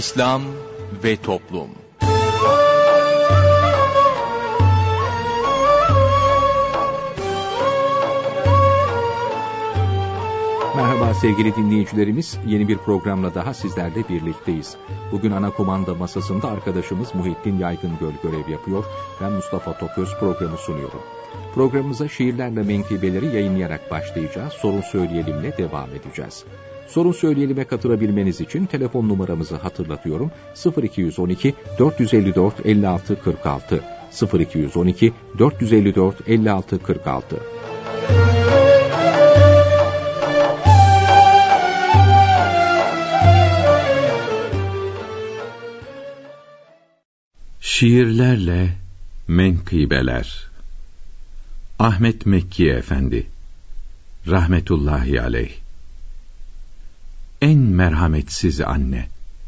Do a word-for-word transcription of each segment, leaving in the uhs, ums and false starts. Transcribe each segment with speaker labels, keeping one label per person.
Speaker 1: İslam ve Toplum.
Speaker 2: Merhaba sevgili dinleyicilerimiz, yeni bir programla daha sizlerle birlikteyiz. Bugün ana kumanda masasında arkadaşımız Muhittin Yaygıngöl görev yapıyor. Ben Mustafa Toköz programı sunuyorum. Programımıza şiirlerle menkıbeleri yayınlayarak başlayacağız. Sorun Söyleyelim'le devam edeceğiz. Sorun Söyleyelim'e katılabilmeniz için telefon numaramızı hatırlatıyorum. sıfır iki on iki dört yüz elli dört elli altı kırk altı sıfır iki on iki dört yüz elli dört elli altı kırk altı.
Speaker 3: Şiirlerle menkıbeler. Ahmet Mekki Efendi rahmetullahi aleyh. En merhametsiz anne.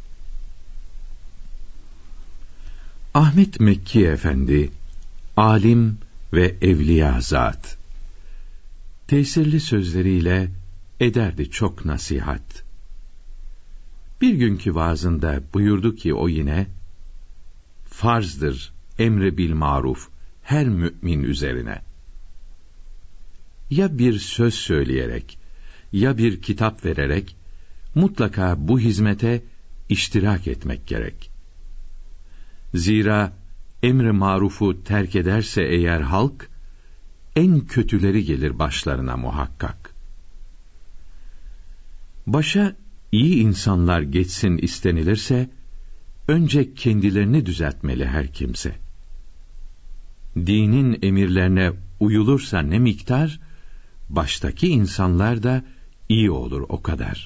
Speaker 3: Ahmet Mekki Efendi alim ve evliya zat. Tesirli sözleriyle ederdi çok nasihat. Bir günkü vaazında buyurdu ki o yine, farzdır emri bil maruf her mümin üzerine. Ya bir söz söyleyerek, ya bir kitap vererek, mutlaka bu hizmete iştirak etmek gerek. Zira emri marufu terk ederse eğer halk, en kötüleri gelir başlarına muhakkak. Başa iyi insanlar geçsin istenilirse, önce kendilerini düzeltmeli her kimse. Dinin emirlerine uyulursa ne miktar, baştaki insanlar da iyi olur o kadar.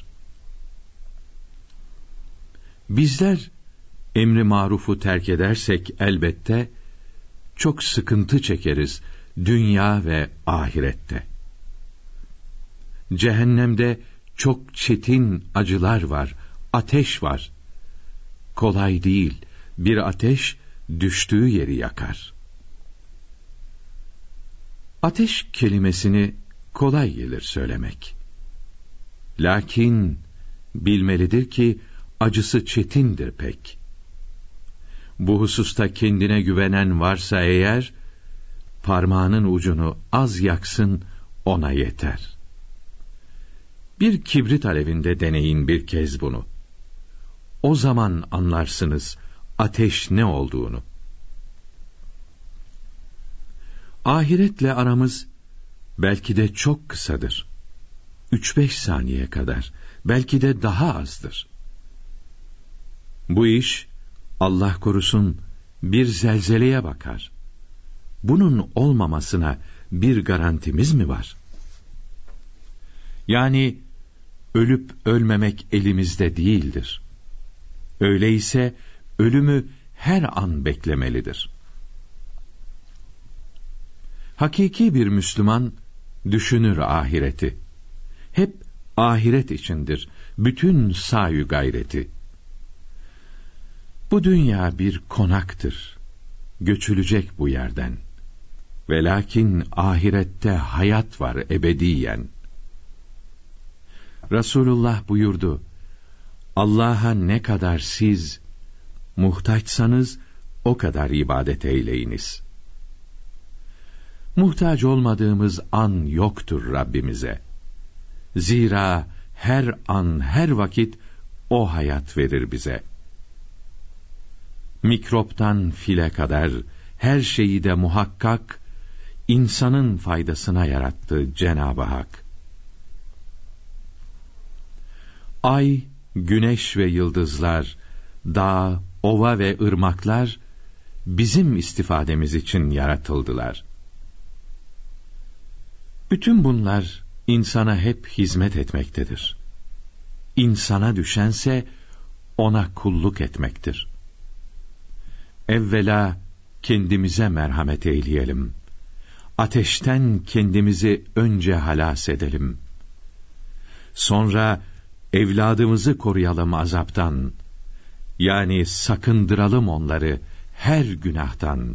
Speaker 3: Bizler emri marufu terk edersek elbette çok sıkıntı çekeriz dünya ve ahirette. Cehennemde çok çetin acılar var, ateş var. Kolay değil, bir ateş düştüğü yeri yakar. Ateş kelimesini kolay gelir söylemek. Lakin bilmelidir ki acısı çetindir pek. Bu hususta kendine güvenen varsa eğer, parmağının ucunu az yaksın ona yeter. Bir kibrit alevinde deneyin bir kez bunu. O zaman anlarsınız ateş ne olduğunu. Ahiretle aramız belki de çok kısadır. Üç beş saniye kadar, belki de daha azdır. Bu iş, Allah korusun, bir zelzeleye bakar. Bunun olmamasına bir garantimiz mi var? Yani, ölüp ölmemek elimizde değildir. Öyleyse, ölümü her an beklemelidir. Hakiki bir Müslüman, düşünür ahireti. Hep ahiret içindir, bütün sayu gayreti. Bu dünya bir konaktır, göçülecek bu yerden. Velakin ahirette hayat var ebediyen. Resulullah buyurdu, Allah'a ne kadar siz muhtaçsanız o kadar ibadet eyleyiniz. Muhtaç olmadığımız an yoktur Rabbimize. Zira her an, her vakit o hayat verir bize. Mikroptan file kadar her şeyi de muhakkak insanın faydasına yarattı Cenab-ı Hak. Ay, güneş ve yıldızlar, dağ, ova ve ırmaklar bizim istifademiz için yaratıldılar. Bütün bunlar insana hep hizmet etmektedir. İnsana düşense ona kulluk etmektir. Evvela kendimize merhamet eyleyelim. Ateşten kendimizi önce halas edelim. Sonra evladımızı koruyalım azaptan. Yani sakındıralım onları her günahtan.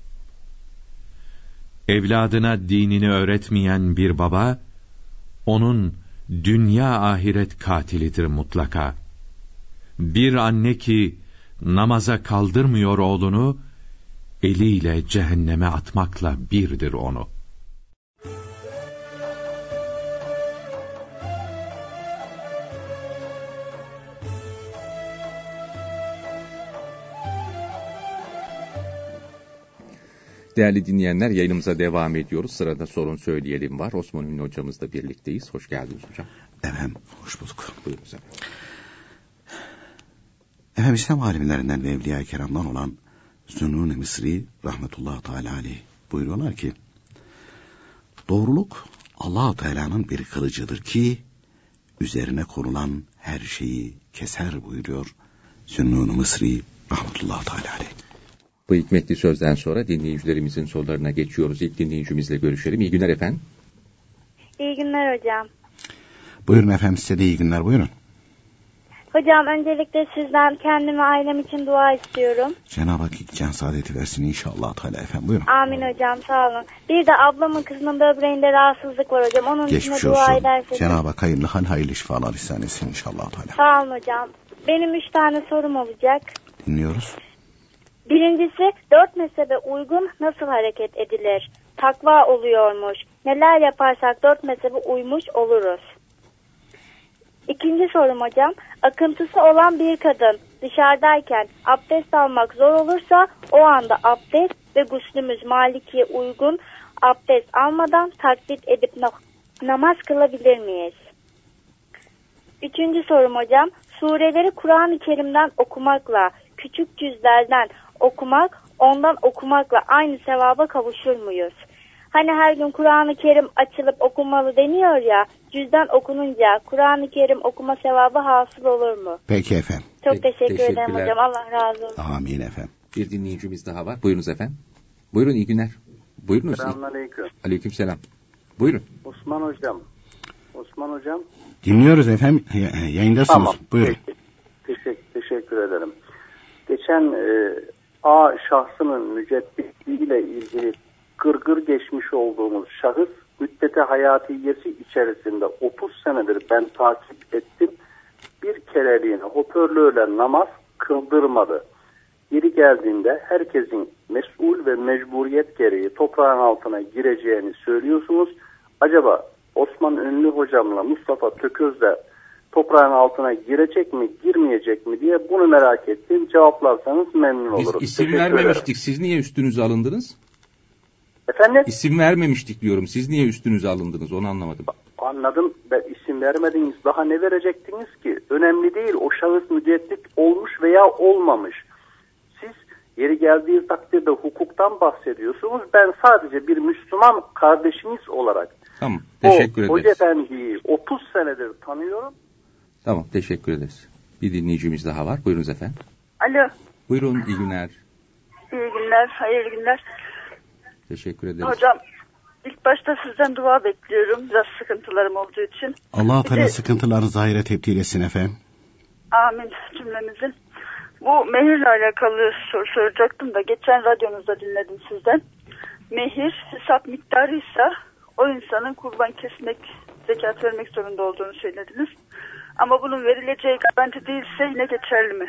Speaker 3: Evladına dinini öğretmeyen bir baba, onun dünya ahiret katilidir mutlaka. Bir anne ki namaza kaldırmıyor oğlunu, eliyle cehenneme atmakla birdir onu.
Speaker 2: Değerli dinleyenler, yayınımıza devam ediyoruz. Sırada sorun söyleyelim var. Osman Ünlü hocamızla birlikteyiz. Hoş geldiniz hocam.
Speaker 4: Efendim, hoş bulduk.
Speaker 2: Buyurun efendim.
Speaker 4: Efendim, İslam alimlerinden ve Evliya-i Kiram'dan olan Zünnûn-i Misri rahmetullahi teala aleyh buyuruyorlar ki, doğruluk Allah-u Teala'nın bir kılıcıdır ki üzerine konulan her şeyi keser buyuruyor Zünnûn-i Misri rahmetullahi teala aleyh.
Speaker 2: Bu hikmetli sözden sonra dinleyicilerimizin sorularına geçiyoruz. İlk dinleyicimizle görüşelim. İyi günler efendim.
Speaker 5: İyi günler hocam.
Speaker 4: Buyurun efendim, size de iyi günler, buyurun.
Speaker 5: Hocam öncelikle sizden kendime, ailem için dua istiyorum.
Speaker 4: Cenab-ı Hak can saadeti versin inşallah Teala efendim, buyurun.
Speaker 5: Amin hocam, sağ olun. Bir de ablamın kızının böbreğinde rahatsızlık var hocam. Onun
Speaker 4: geçmiş
Speaker 5: için dua ederseniz.
Speaker 4: Cenab-ı Hak hayırlı hal, hayırlı şifalar ihsan etsin inşallah Teala.
Speaker 5: Sağ olun hocam. Benim üç tane sorum olacak.
Speaker 4: Dinliyoruz.
Speaker 5: Birincisi, dört mezhebe uygun nasıl hareket edilir? Takva oluyormuş. Neler yaparsak dört mezhebe uymuş oluruz. İkinci sorum hocam, akıntısı olan bir kadın dışarıdayken abdest almak zor olursa o anda abdest ve guslümüz Maliki'ye uygun abdest almadan taklit edip na- namaz kılabilir miyiz? Üçüncü sorum hocam, sureleri Kur'an-ı Kerim'den okumakla, küçük cüzlerden okumak, ondan okumakla aynı sevaba kavuşur muyuz? Hani her gün Kur'an-ı Kerim açılıp okunmalı deniyor ya, cüzden okununca Kur'an-ı Kerim okuma sevabı hasıl olur mu?
Speaker 4: Peki efendim.
Speaker 5: Çok
Speaker 2: Peki,
Speaker 5: teşekkür ederim hocam. Allah razı olsun.
Speaker 4: Amin efendim.
Speaker 2: Bir dinleyicimiz daha var. Buyurunuz efendim. Buyurun, iyi günler. Buyurunuz.
Speaker 6: Selamünaleyküm.
Speaker 2: Aleykümselam. Buyurun.
Speaker 6: Osman hocam. Osman hocam.
Speaker 4: Dinliyoruz efendim. Y- yayındasınız.
Speaker 6: Tamam.
Speaker 4: Buyurun.
Speaker 6: Peki. Teşekkür, teşekkür ederim. Geçen e, A şahsının mücedditliğiyle ilgili gırgır geçmiş olduğumuz şahıs müddete hayatiyesi içerisinde otuz senedir ben takip ettim. Bir kereliğine hoparlörle namaz kıldırmadı. Yeri geldiğinde herkesin mesul ve mecburiyet gereği toprağın altına gireceğini söylüyorsunuz. Acaba Osman Ünlü hocamla Mustafa Tököz de toprağın altına girecek mi, girmeyecek mi diye bunu merak ettim. Cevaplarsanız memnun olurum.
Speaker 2: Biz isim
Speaker 6: Teşekkür
Speaker 2: vermemiştik.
Speaker 6: ederim.
Speaker 2: Siz niye üstünüze alındınız?
Speaker 6: Efendim?
Speaker 2: İsim vermemiştik diyorum. Siz niye üstünüze alındınız? Onu anlamadım.
Speaker 6: Anladım. Ben isim vermediniz. Daha ne verecektiniz ki? Önemli değil. O şahıs müceddit olmuş veya olmamış. Siz yeri geldiği takdirde hukuktan bahsediyorsunuz. Ben sadece bir Müslüman kardeşiniz olarak
Speaker 2: Tamam. Teşekkür
Speaker 6: o,
Speaker 2: ederiz.
Speaker 6: Hoca Efendi'yi otuz senedir tanıyorum.
Speaker 2: Tamam. Teşekkür ederiz. Bir dinleyicimiz daha var. Buyurunuz efendim.
Speaker 7: Alo.
Speaker 2: Buyurun. İyi günler.
Speaker 7: İyi günler, hayırlı günler.
Speaker 2: Teşekkür ederiz.
Speaker 7: Hocam, ilk başta sizden dua bekliyorum. Biraz sıkıntılarım olduğu için.
Speaker 4: Allah Teala
Speaker 7: Bir de-
Speaker 4: sıkıntılarınızı zahire tebdil etsin efendim.
Speaker 7: Amin cümlemizin. Bu mehirle alakalı soru soracaktım da geçen radyonuzda dinledim sizden. Mehir hesap miktarıysa o insanın kurban kesmek, zekat vermek zorunda olduğunu söylediniz. Ama bunun verileceği garanti değilse yine geçerli mi?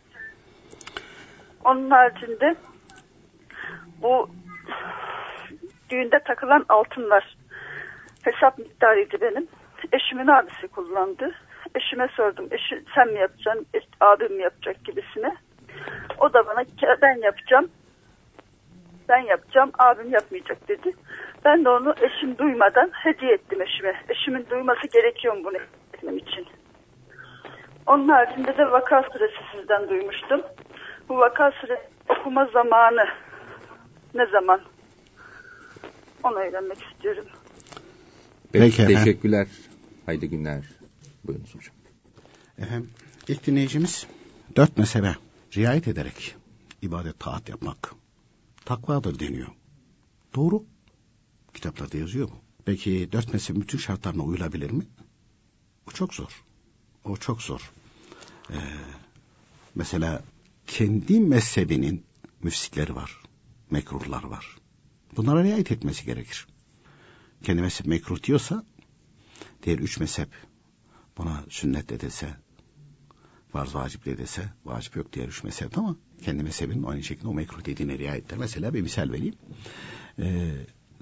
Speaker 7: Onun haricinde bu düğünde takılan altınlar hesap miktarıydı benim. Eşimin abisi kullandı. Eşime sordum. Eşi sen mi yapacaksın? Eş, abim mi yapacak gibisine. O da bana ben yapacağım. Ben yapacağım. Abim yapmayacak dedi. Ben de onu eşim duymadan hediye ettim eşime. Eşimin duyması gerekiyor mu bunu etmem için? Onun haricinde de Vaka suresi sizden duymuştum. Bu Vaka suresi okuma zamanı ne zaman? Onu öğrenmek istiyorum.
Speaker 2: Peki,
Speaker 4: Peki efendim.
Speaker 2: teşekkürler. Hayırlı günler. Buyurunuz hocam.
Speaker 4: Efendim, ilk dinleyicimiz dört mezhebe riayet ederek ibadet, taat yapmak takvadır deniyor. Doğru. Kitaplarda yazıyor bu. Peki dört mezhebin bütün şartlarına uyulabilir mi? O çok zor. O çok zor. Ee, mesela kendi mezhebinin müfsitleri var. Mekruhlar var. Bunlara riayet etmesi gerekir. Kendi mezhep mekruh diyorsa diğer üç mezhep buna sünnet edilse farz vacipleri dese vacip yok diğer üç mezhepte ama kendi mezhebinin aynı şekilde o mekruh dediğine riayet eder. Mesela bir misal vereyim. Ee,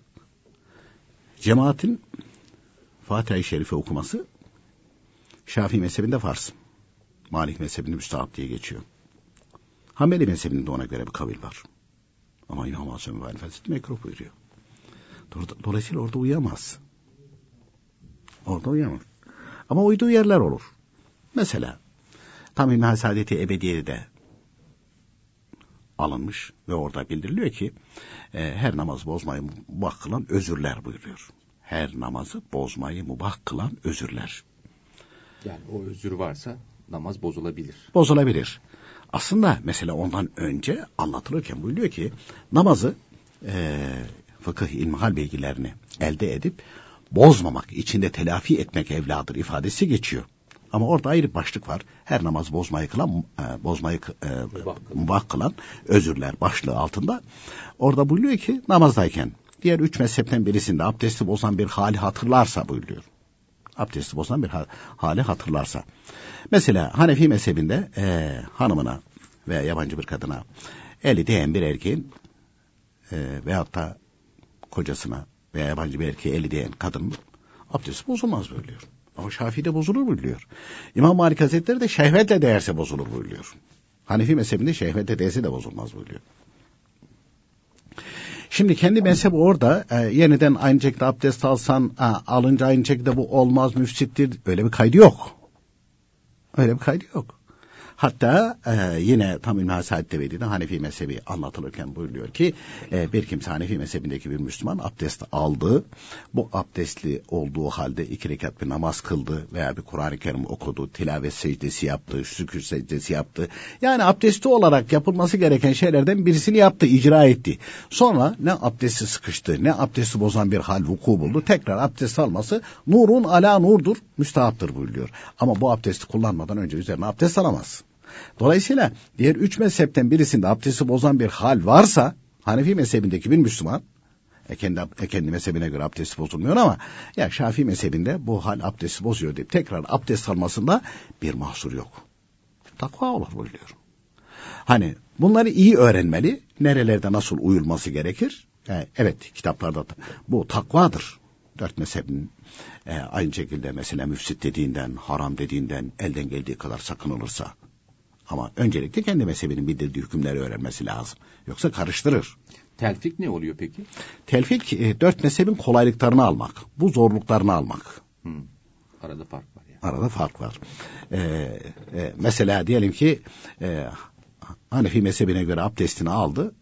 Speaker 4: cemaatin Fatiha-i Şerife okuması Şafii mezhebinde farz. Malik mezhebinde müstahap diye geçiyor. Hanbeli mezhebinde ona göre bir kavil var. Ama İmam Azam ve Alfazit mekruh buyuruyor. Dolayısıyla orada uyamaz. Orada uyamaz. Ama uyduğu yerler olur. Mesela Tamim-i Saadet-i Ebediye'de alınmış ve orada bildiriliyor ki e, her namaz bozmayı mubah kılan özürler buyuruyor. Her namazı bozmayı mubah kılan özürler.
Speaker 2: Yani o özür varsa namaz bozulabilir.
Speaker 4: Bozulabilir. Aslında mesela ondan önce anlatılırken buyuruyor ki namazı e, fıkıh ilmihal bilgilerini elde edip bozmamak, içinde telafi etmek evladır ifadesi geçiyor. Ama orada ayrı bir başlık var. Her namaz bozmayı kılan, e, bozmayı e, mubah kılan özürler başlığı altında. Orada buyuruyor ki namazdayken diğer üç mezhepten birisinde abdesti bozan bir hali hatırlarsa buyuruyor. Abdesti bozan bir hali hatırlarsa. Mesela Hanefi mezhebinde e, hanımına veya yabancı bir kadına eli değen bir erkeğin e, veyahut da kocasına veya yabancı bir erkeğe eli değen kadının abdesti bozulmaz buyuruyor. Ama Şafii'de bozulur buyuruyor. İmam Malik Hazretleri de şehvetle değerse bozulur buyuruyor. Hanefi mezhebinde şehvetle değerse de bozulmaz buyuruyor. Şimdi kendi mezhebi orada e, yeniden aynı şekilde abdest alsan a, alınca aynı şekilde bu olmaz müfsittir. Öyle bir kaydı yok. Öyle bir kaydı yok. Hatta e, yine tam İlmihal Saadet'te verdiğinde Hanefi mezhebi anlatılırken buyuruyor ki e, bir kimse Hanefi mezhebindeki bir Müslüman abdest aldı. Bu abdestli olduğu halde iki rekat bir namaz kıldı veya bir Kur'an-ı Kerim okudu, tilavet secdesi yaptı, şükür secdesi yaptı. Yani abdesti olarak yapılması gereken şeylerden birisini yaptı, icra etti. Sonra ne abdesti sıkıştı, ne abdesti bozan bir hal vuku buldu. Tekrar abdest alması nurun ala nurdur, müstahaptır buyuruyor. Ama bu abdesti kullanmadan önce üzerine abdest alamaz. Dolayısıyla diğer üç mezhepten birisinde abdesti bozan bir hal varsa Hanefi mezhebindeki bir Müslüman e kendi, e kendi mezhebine göre abdesti bozulmuyor ama ya Şafii mezhebinde bu hal abdesti bozuyor deyip tekrar abdest almasında bir mahsur yok. Takva olur buyuruyor. Hani bunları iyi öğrenmeli. Nerelerde nasıl uyulması gerekir? E, evet kitaplarda bu takvadır. Dört mezhebin e, aynı şekilde mesela müfsit dediğinden, haram dediğinden elden geldiği kadar sakınılırsa. Ama öncelikle kendi mezhebinin bildirdiği hükümleri öğrenmesi lazım. Yoksa karıştırır.
Speaker 2: Telfik ne oluyor peki?
Speaker 4: Telfik e, dört mezhebin kolaylıklarını almak. Bu zorluklarını almak.
Speaker 2: Hmm. Arada fark var yani.
Speaker 4: Arada fark var. Ee, e, mesela diyelim ki e, Hanefi mezhebine göre abdestini aldı.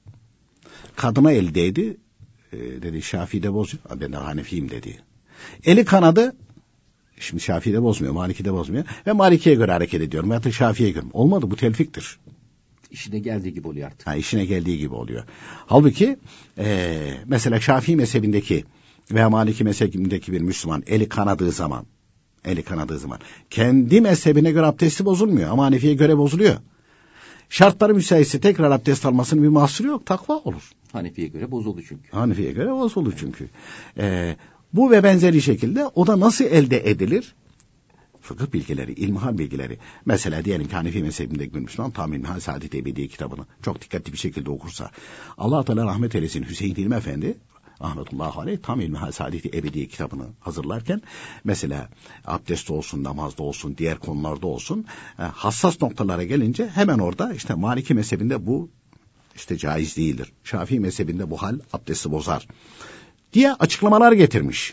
Speaker 4: Kadına el değdi. E, dedi Şafii'de bozuyor. Ben de Hanefiyim dedi. Eli kanadı. Şimdi Şafii'de bozmuyor, Maliki'de bozmuyor. Ve Maliki'ye göre hareket ediyorum. Veyahut da Şafii'ye göre. Olmadı, bu telfiktir.
Speaker 2: İşine geldiği gibi oluyor artık.
Speaker 4: Ha, işine geldiği gibi oluyor. Halbuki e, mesela Şafii mezhebindeki veya Maliki mezhebindeki bir Müslüman eli kanadığı zaman, eli kanadığı zaman kendi mezhebine göre abdesti bozulmuyor ama Hanefi'ye göre bozuluyor. Şartları müsaitse tekrar abdest almasının bir mahsuru yok, takva olur.
Speaker 2: Hanefi'ye göre bozuldu çünkü.
Speaker 4: Hanefi'ye göre bozuldu çünkü. E, bu ve benzeri şekilde o da nasıl elde edilir? Fıkıh bilgileri, ilmihal bilgileri. Mesela diyelim ki Hanefi mezhebindeki bir Müslüman tam İlmihal Saadet-i Ebediye kitabını çok dikkatli bir şekilde okursa, Allah Teala rahmet eylesin Hüseyin İlmi Efendi rahmetullahi aleyh tam İlmihal Saadet-i Ebediye kitabını hazırlarken mesela abdest olsun, namazda olsun, diğer konularda olsun hassas noktalara gelince hemen orada işte Maliki mezhebinde bu işte caiz değildir. Şafii mezhebinde bu hal abdesti bozar diye açıklamalar getirmiş.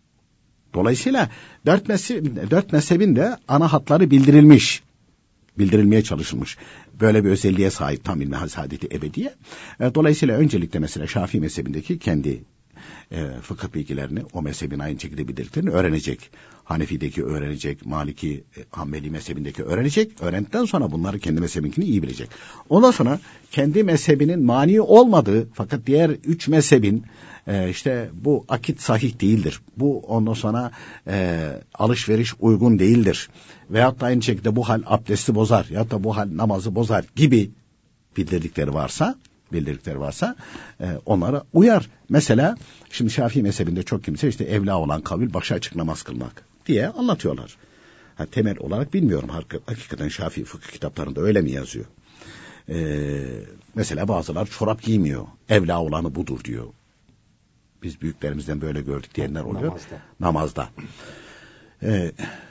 Speaker 4: Dolayısıyla dört, mezheb, dört mezhebin de ana hatları bildirilmiş. Bildirilmeye çalışılmış. Böyle bir özelliğe sahip tam İlmihal Saadet-i Ebediye. Dolayısıyla öncelikle mesela Şafii mezhebindeki kendi e, fıkıh bilgilerini o mezhebin aynı şekilde bildirdiklerini öğrenecek. Hanefi'deki öğrenecek, Maliki, e, Hanbeli mezhebindeki öğrenecek. Öğrendikten sonra bunları kendi mezhebinkini iyi bilecek. Ondan sonra kendi mezhebinin mani olmadığı fakat diğer üç mezhebin e, işte bu akit sahih değildir. Bu ondan sonra e, alışveriş uygun değildir. Veyahut da aynı şekilde bu hal abdesti bozar. Ya da bu hal namazı bozar gibi bildirdikleri varsa bildirdikleri varsa e, onlara uyar. Mesela şimdi Şafii mezhebinde çok kimse işte evla olan kavil başa açık namaz kılmak diye anlatıyorlar. Ha, temel olarak bilmiyorum. Hakikaten Şafii fıkıh kitaplarında öyle mi yazıyor? Ee, mesela bazılar çorap giymiyor. Evla olanı budur diyor. Biz büyüklerimizden böyle gördük diyenler oluyor.
Speaker 2: Namazda.
Speaker 4: Namazda. Ee,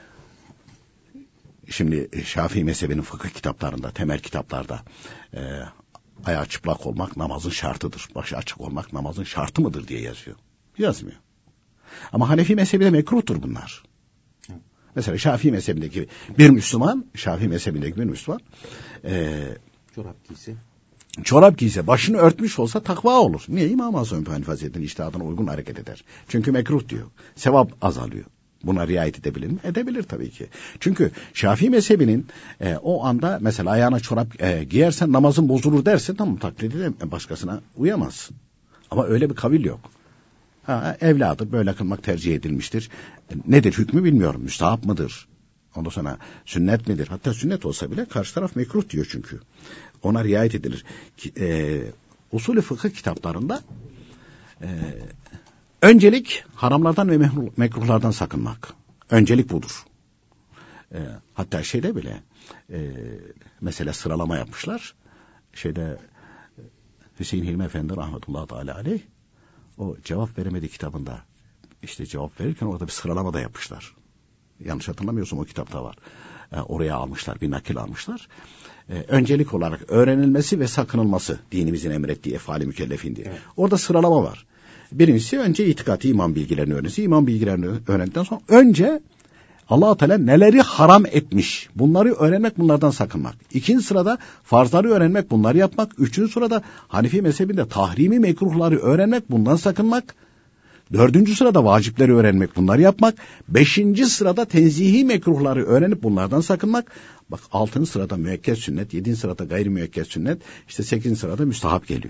Speaker 4: şimdi Şafii mezhebinin fıkıh kitaplarında, temel kitaplarda e, ayağı çıplak olmak namazın şartıdır. Başı açık olmak namazın şartı mıdır diye yazıyor. Yazmıyor. Ama Hanefi mezhebinde mekruhtur bunlar. Hı. Mesela Şafii mezhebindeki bir Müslüman, Şafii mezhebindeki bir Müslüman e,
Speaker 2: çorap giyse
Speaker 4: çorap giyse, başını örtmüş olsa takva olur. Niye? İmam-ı Azam Ebu Hanife Hazretleri'nin içtihadına uygun hareket eder. Çünkü mekruh diyor. Sevap azalıyor. Buna riayet edebilir mi? Edebilir tabii ki. Çünkü Şafii mezhebinin e, o anda mesela ayağına çorap e, giyersen namazın bozulur derse tamam taklit edemem. Başkasına uyamazsın. Ama öyle bir kavil yok. Ha, evladı böyle kılmak tercih edilmiştir. E, nedir hükmü bilmiyorum. Müstahap mıdır? Ondan sonra sünnet midir? Hatta sünnet olsa bile karşı taraf mekruh diyor çünkü. Ona riayet edilir. E, usulü fıkıh kitaplarında e, öncelik haramlardan ve mekruhlardan sakınmak. Öncelik budur. E, hatta şeyde bile e, mesela sıralama yapmışlar. Şeyde Hüseyin Hilmi Efendi rahmetullahi teala aleyh o cevap veremedi kitabında işte cevap verirken orada bir sıralama da yapmışlar. Yanlış hatırlamıyorsam o kitapta var. E, oraya almışlar, bir nakil almışlar. E, öncelik olarak öğrenilmesi ve sakınılması dinimizin emrettiği efali mükellefin diye. Evet. Orada sıralama var. Birincisi önce itikati iman bilgilerini öğrenmesi. İman bilgilerini öğrendikten sonra önce Allah-u Teala neleri haram etmiş. Bunları öğrenmek, bunlardan sakınmak. İkinci sırada farzları öğrenmek, bunları yapmak. Üçüncü sırada Hanefi mezhebinde tahrimi mekruhları öğrenmek, bundan sakınmak. Dördüncü sırada vacipleri öğrenmek, bunları yapmak. Beşinci sırada tenzihi mekruhları öğrenip bunlardan sakınmak. Bak altıncı sırada müekked sünnet, yedinci sırada gayri müekked sünnet, işte sekizinci sırada müstahap geliyor.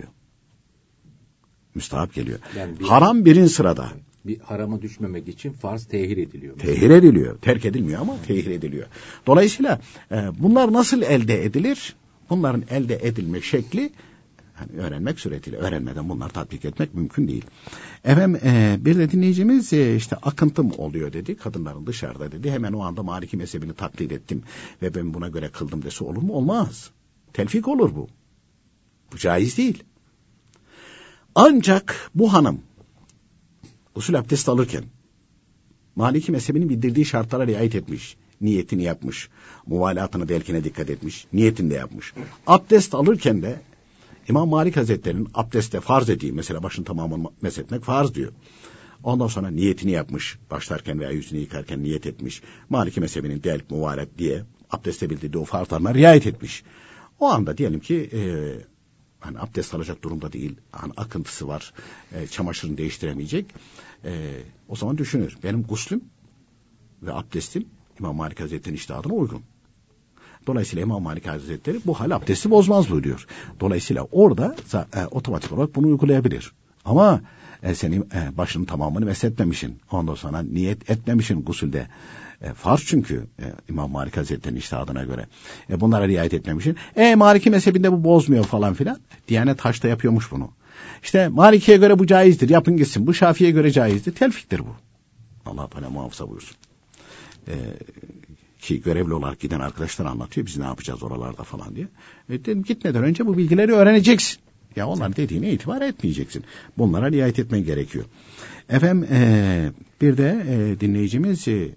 Speaker 4: Müstahap geliyor. Yani bir, haram birinci sırada.
Speaker 2: Bir harama düşmemek için farz tehir ediliyor.
Speaker 4: Tehir ediliyor. Terk edilmiyor ama tehir ediliyor. Dolayısıyla e, bunlar nasıl elde edilir? Bunların elde edilme şekli hani öğrenmek suretiyle, öğrenmeden bunları tatbik etmek mümkün değil. Efendim e, bir de dinleyicimiz e, işte akıntım oluyor dedi. Kadınların dışarıda dedi. Hemen o anda Maliki mezhebini taklit ettim ve ben buna göre kıldım dese olur mu? Olmaz. Telfik olur bu. Bu caiz değil. Ancak bu hanım usul abdest alırken Maliki mezhebinin bildirdiği şartlara riayet etmiş. Niyetini yapmış. Muvalatını belkine dikkat etmiş. Niyetini de yapmış. Abdest alırken de İmam Malik Hazretleri'nin abdeste farz ettiği mesela başın tamamını meshetmek farz diyor. Ondan sonra niyetini yapmış. Başlarken veya yüzünü yıkarken niyet etmiş. Maliki mezhebinin delk muvalat diye abdeste bildirdiği o farzlarına riayet etmiş. O anda diyelim ki e, hani abdest alacak durumda değil. Hani akıntısı var. E, çamaşırını değiştiremeyecek. E, o zaman düşünür. Benim guslüm ve abdestim İmam Malik Hazretleri'nin içtihadına uygun. Dolayısıyla İmam Malik Hazretleri bu hal abdesti bozmaz buyuruyor. Dolayısıyla orada e, otomatik olarak bunu uygulayabilir. Ama e, senin e, başının tamamını meshetmemişsin. Ondan sonra niyet etmemişsin gusülde. E, farz çünkü e, İmam Malik Hazretleri'nin içtihadına göre. E, bunlara riayet etmemişsin. E Maliki mezhebinde bu bozmuyor falan filan. Diyanet Haç'ta yapıyormuş bunu. İşte Maliki'ye göre bu caizdir. Yapın gitsin. Bu Şafii'ye göre caizdir. Telfiktir bu. Allah Teala muhafaza buyursun. Eee ki görevli olarak giden arkadaşlar anlatıyor. Biz ne yapacağız oralarda falan diye. E dedim gitmeden önce bu bilgileri öğreneceksin. Ya onların dediğine itibar etmeyeceksin. Bunlara riayet etmen gerekiyor. Efendim e, bir de e, dinleyicimiz e,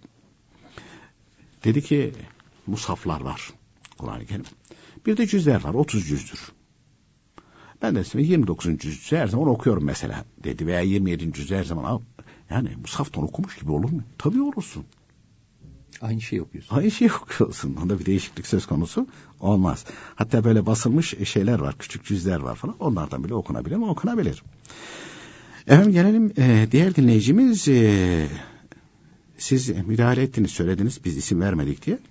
Speaker 4: dedi ki musaflar var Kur'an-ı Kerim. Bir de cüzler var. otuz cüzdür. Ben de size yirmi dokuzuncu cüzü her zaman okuyorum mesela dedi. Veya yirmi yedinci cüzü her zaman yani musaftan okumuş gibi olur mu? Tabii olursun.
Speaker 2: Aynı şey okuyorsun.
Speaker 4: Aynı şey okuyorsun. Onda bir değişiklik söz konusu olmaz. Hatta böyle basılmış şeyler var. Küçük cüzler var falan. Onlardan bile okunabilir mi? Okunabilir. Efendim gelelim e, diğer dinleyicimiz e, siz müdahale ettiniz, söylediniz. Biz isim vermedik diye.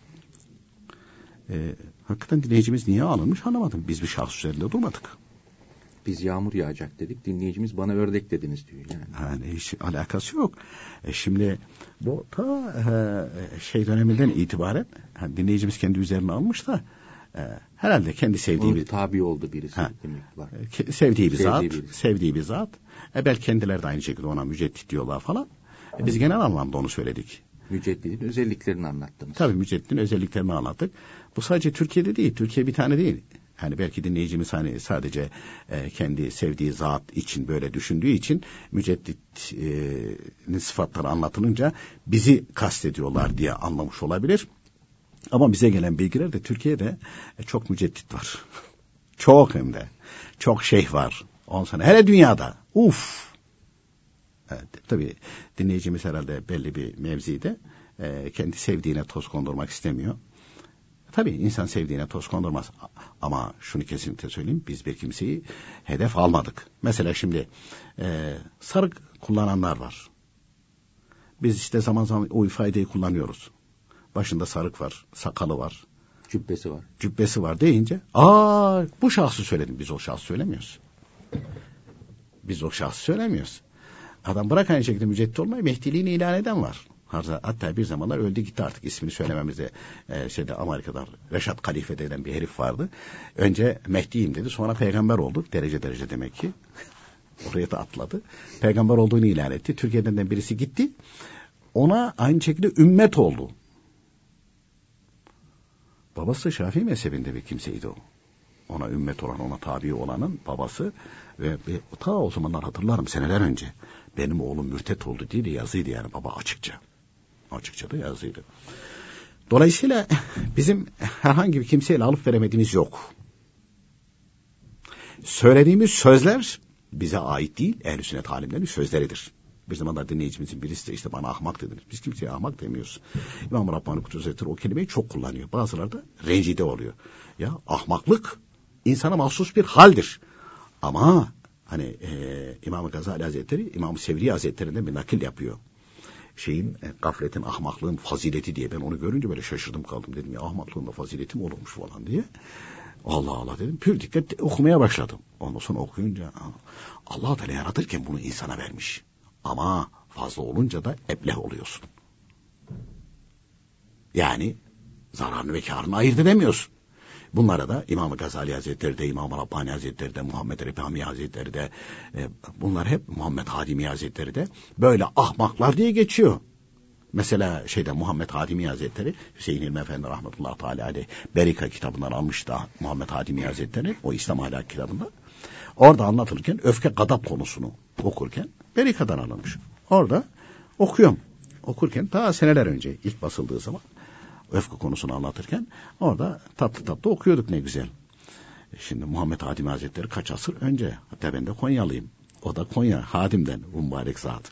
Speaker 4: E, hakikaten dinleyicimiz niye alınmış anlamadım. Biz bir şahıs üzerinde durmadık.
Speaker 2: Biz yağmur yağacak dedik. Dinleyicimiz bana ördek dediniz diyor. Yani,
Speaker 4: yani hiç alakası yok. E şimdi bu ta e, şey döneminden itibaren hani dinleyicimiz kendi üzerine almış da e, herhalde kendi sevdiği bir
Speaker 2: tabi oldu birisi
Speaker 4: ha,
Speaker 2: demek var.
Speaker 4: E, sevdiği bir
Speaker 2: sevdiği
Speaker 4: zat,
Speaker 2: birisi.
Speaker 4: sevdiği bir zat. E belki kendileri de aynı şekilde ona müceddit diyorlar falan. E, biz genel anlamda onu söyledik.
Speaker 2: Müceddidin özelliklerini anlattınız.
Speaker 4: Tabii müceddidin özelliklerini anlattık. Bu sadece Türkiye'de değil, Türkiye bir tane değil. Hani belki dinleyicimiz hani sadece e, kendi sevdiği zat için böyle düşündüğü için müceddidin sıfatları anlatılınca bizi kastediyorlar diye anlamış olabilir. Ama bize gelen bilgiler de Türkiye'de çok müceddit var. Çok hem de. Çok şeyh var. On sene. Hele dünyada. Uf. Evet, tabii dinleyicimiz herhalde belli bir mevzide e, kendi sevdiğine toz kondurmak istemiyor. Tabii insan sevdiğine toz kondurmaz. Ama şunu kesinlikle söyleyeyim. Biz bir kimseyi hedef almadık. Mesela şimdi e, sarık kullananlar var. Biz işte zaman zaman o ifadeyi kullanıyoruz. Başında sarık var, sakalı var.
Speaker 2: Cübbesi var.
Speaker 4: Cübbesi var deyince, aa bu şahsı söyledim. Biz o şahsı söylemiyoruz. Biz o şahsı söylemiyoruz. Adam bırak aynı şekilde müceddit olmayı, mehdiliğini ilan eden var. Hatta bir zamanlar öldü gitti artık, ismini söylememizde e, şeyde Amerika'da Reşat Kalife denen bir herif vardı. Önce Mehdi'yim dedi, sonra peygamber oldu. Derece derece demek ki. Oraya da atladı. Peygamber olduğunu ilan etti. Türkiye'den birisi gitti. Ona aynı şekilde ümmet oldu. Babası Şafii mezhebinde bir kimseydi o. Ona ümmet olan, ona tabi olanın babası ve ta o zamanlar hatırlarım seneler önce benim oğlum mürtet oldu diye de yazıydı yani baba açıkça. Açıkça da yazıydı. Dolayısıyla bizim herhangi bir kimseyle alıp veremediğimiz yok. Söylediğimiz sözler bize ait değil, ehl-i sünnet alimlerinin sözleridir. Bir zamanlar dinleyicimizin birisi de işte bana ahmak dediniz. Biz kimseye ahmak demiyoruz. İmam-ı Rabbani Kudüs'ü o kelimeyi çok kullanıyor. Bazıları da rencide oluyor. Ya ahmaklık insana mahsus bir haldir. Ama hani e, İmam-ı Gazali Hazretleri, İmam-ı Sevri Hazretleri'nden bir nakil yapıyor. Şeyin, e, gafletin, ahmaklığın fazileti diye. Ben onu görünce böyle şaşırdım kaldım. Dedim ya ahmaklığın da fazileti mi olurmuş falan diye. Allah Allah dedim. Pür dikkat okumaya başladım. Ondan sonra okuyunca Allah Teala yaratırken bunu insana vermiş. Ama fazla olunca da ebleh oluyorsun. Yani zararını ve kârını ayırt edemiyorsun. Bunlara da İmam-ı Gazali Hazretleri de, İmam-ı Rabbani Hazretleri de, Muhammed Refahmi Hazretleri de, e, bunlar hep Muhammed Hadimi Hazretleri de böyle ahmaklar diye geçiyor. Mesela şeyde Muhammed Hadimi Hazretleri, Hüseyin İlmi Efendi rahmetullahi teala aleyh Berika kitabından almış da Muhammed Hadimi Hazretleri, o İslam Ahlak kitabında. Orada anlatılırken öfke gadap konusunu okurken Berika'dan alınmış. Orada okuyorum. Okurken daha seneler önce ilk basıldığı zaman öfke konusunu anlatırken orada tatlı tatlı okuyorduk ne güzel. Şimdi Muhammed Hadimi Hazretleri kaç asır önce, hatta ben de Konyalıyım. O da Konya Hadim'den mübarek zat.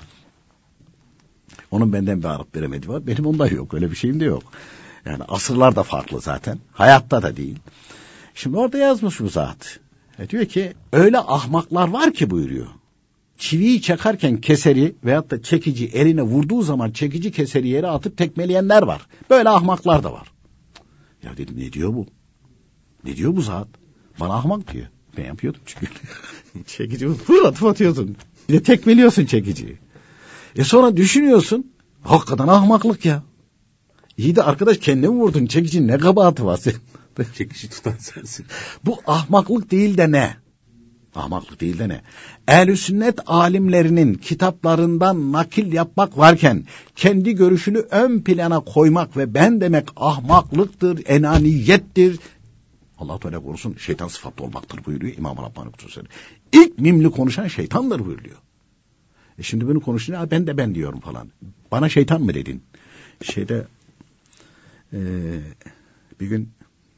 Speaker 4: Onun benden bir Arap veremedi var. Benim onda yok. Öyle bir şeyim de yok. Yani asırlar da farklı zaten. Hayatta da değil. Şimdi orada yazmış bu zat. E diyor ki öyle ahmaklar var ki buyuruyor. Çiviyi çakarken keseri veyahut da çekici eline vurduğu zaman çekici keseri yere atıp tekmeleyenler var. Böyle ahmaklar da var. Ya dedim ne diyor bu? Ne diyor bu zat? Bana ahmak diyor. Ben yapıyordum çünkü. Çekici fırlatıp atıyorsun. Bir de tekmeliyorsun çekiciyi. E sonra düşünüyorsun. Hakikaten ahmaklık ya. İyi de arkadaş kendine vurdun. Çekicinin ne kabahati var senin?
Speaker 2: Çekici tutan sensin.
Speaker 4: Bu ahmaklık değil de ne? Ahmaklık değil de ne? Ehl-i sünnet alimlerinin kitaplarından nakil yapmak varken kendi görüşünü ön plana koymak ve ben demek ahmaklıktır, enaniyettir. Allah Teala korusun şeytan sıfatlı olmaktır buyuruyor İmam-ı Rabbani Kudüs'ü. İlk mimli konuşan şeytandır buyuruyor. E şimdi bunu konuşunca ben de ben diyorum falan. Bana şeytan mı dedin? Şeyde e, bir gün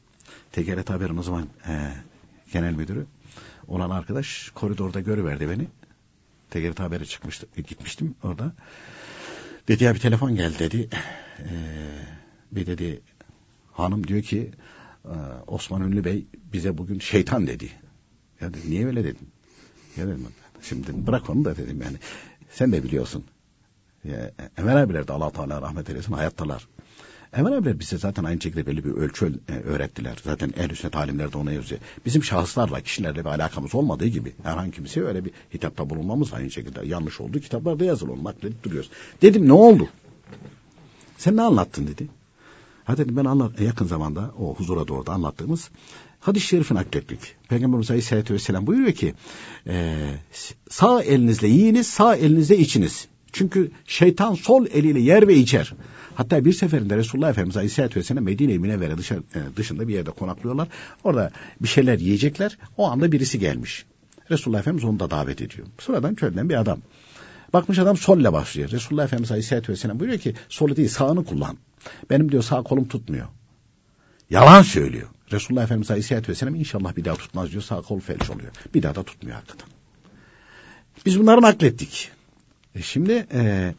Speaker 4: T G R T Haber'in o zaman e, genel müdürü olan arkadaş koridorda görüverdi beni. T G R T Haber'e çıkmıştı, gitmiştim orada. Dedi ya bir telefon geldi dedi. E, bir dedi hanım diyor ki e, Osman Ünlü Bey bize bugün şeytan dedi. Ya dedim niye öyle dedim? Ya dedim şimdi bırak onu da dedim yani. Sen de biliyorsun. Ya, Enver abiler de Allah Teala rahmet eylesin hayattalar. Enver abiler bize zaten aynı şekilde belli bir ölçü öğrettiler. Zaten ehl-i sünnet alimler de ona yazıyor. Bizim şahıslarla, kişilerle bir alakamız olmadığı gibi herhangi kimseye öyle bir hitapta bulunmamız aynı şekilde yanlış olduğu kitaplarda yazılı onu nakledip duruyoruz. Dedim ne oldu? Sen ne anlattın dedi. Ha dedim ben anlat yakın zamanda o huzura doğru da anlattığımız hadis-i şerifi naklettik. Peygamberimiz Aleyhisselatü Vesselam buyuruyor ki e, sağ elinizle yiyiniz, sağ elinizle içiniz. Çünkü şeytan sol eliyle yer ve içer. Hatta bir seferinde Resulullah Efendimiz Aleyhisselatü Vesselam Medine-i Münevvere dışarı, dışında bir yerde konaklıyorlar. Orada bir şeyler yiyecekler. O anda birisi gelmiş. Resulullah Efendimiz onu da davet ediyor. Sıradan köyden bir adam. Bakmış adam solle başlıyor. Resulullah Efendimiz Aleyhisselatü Vesselam buyuruyor ki solu değil sağını kullan. Benim diyor sağ kolum tutmuyor. Yalan söylüyor. Resulullah Efendimiz Aleyhisselatü Vesselam inşallah bir daha tutmaz diyor. Sağ kol felç oluyor. Bir daha da tutmuyor hakikaten. Biz bunları naklettik. E şimdi e,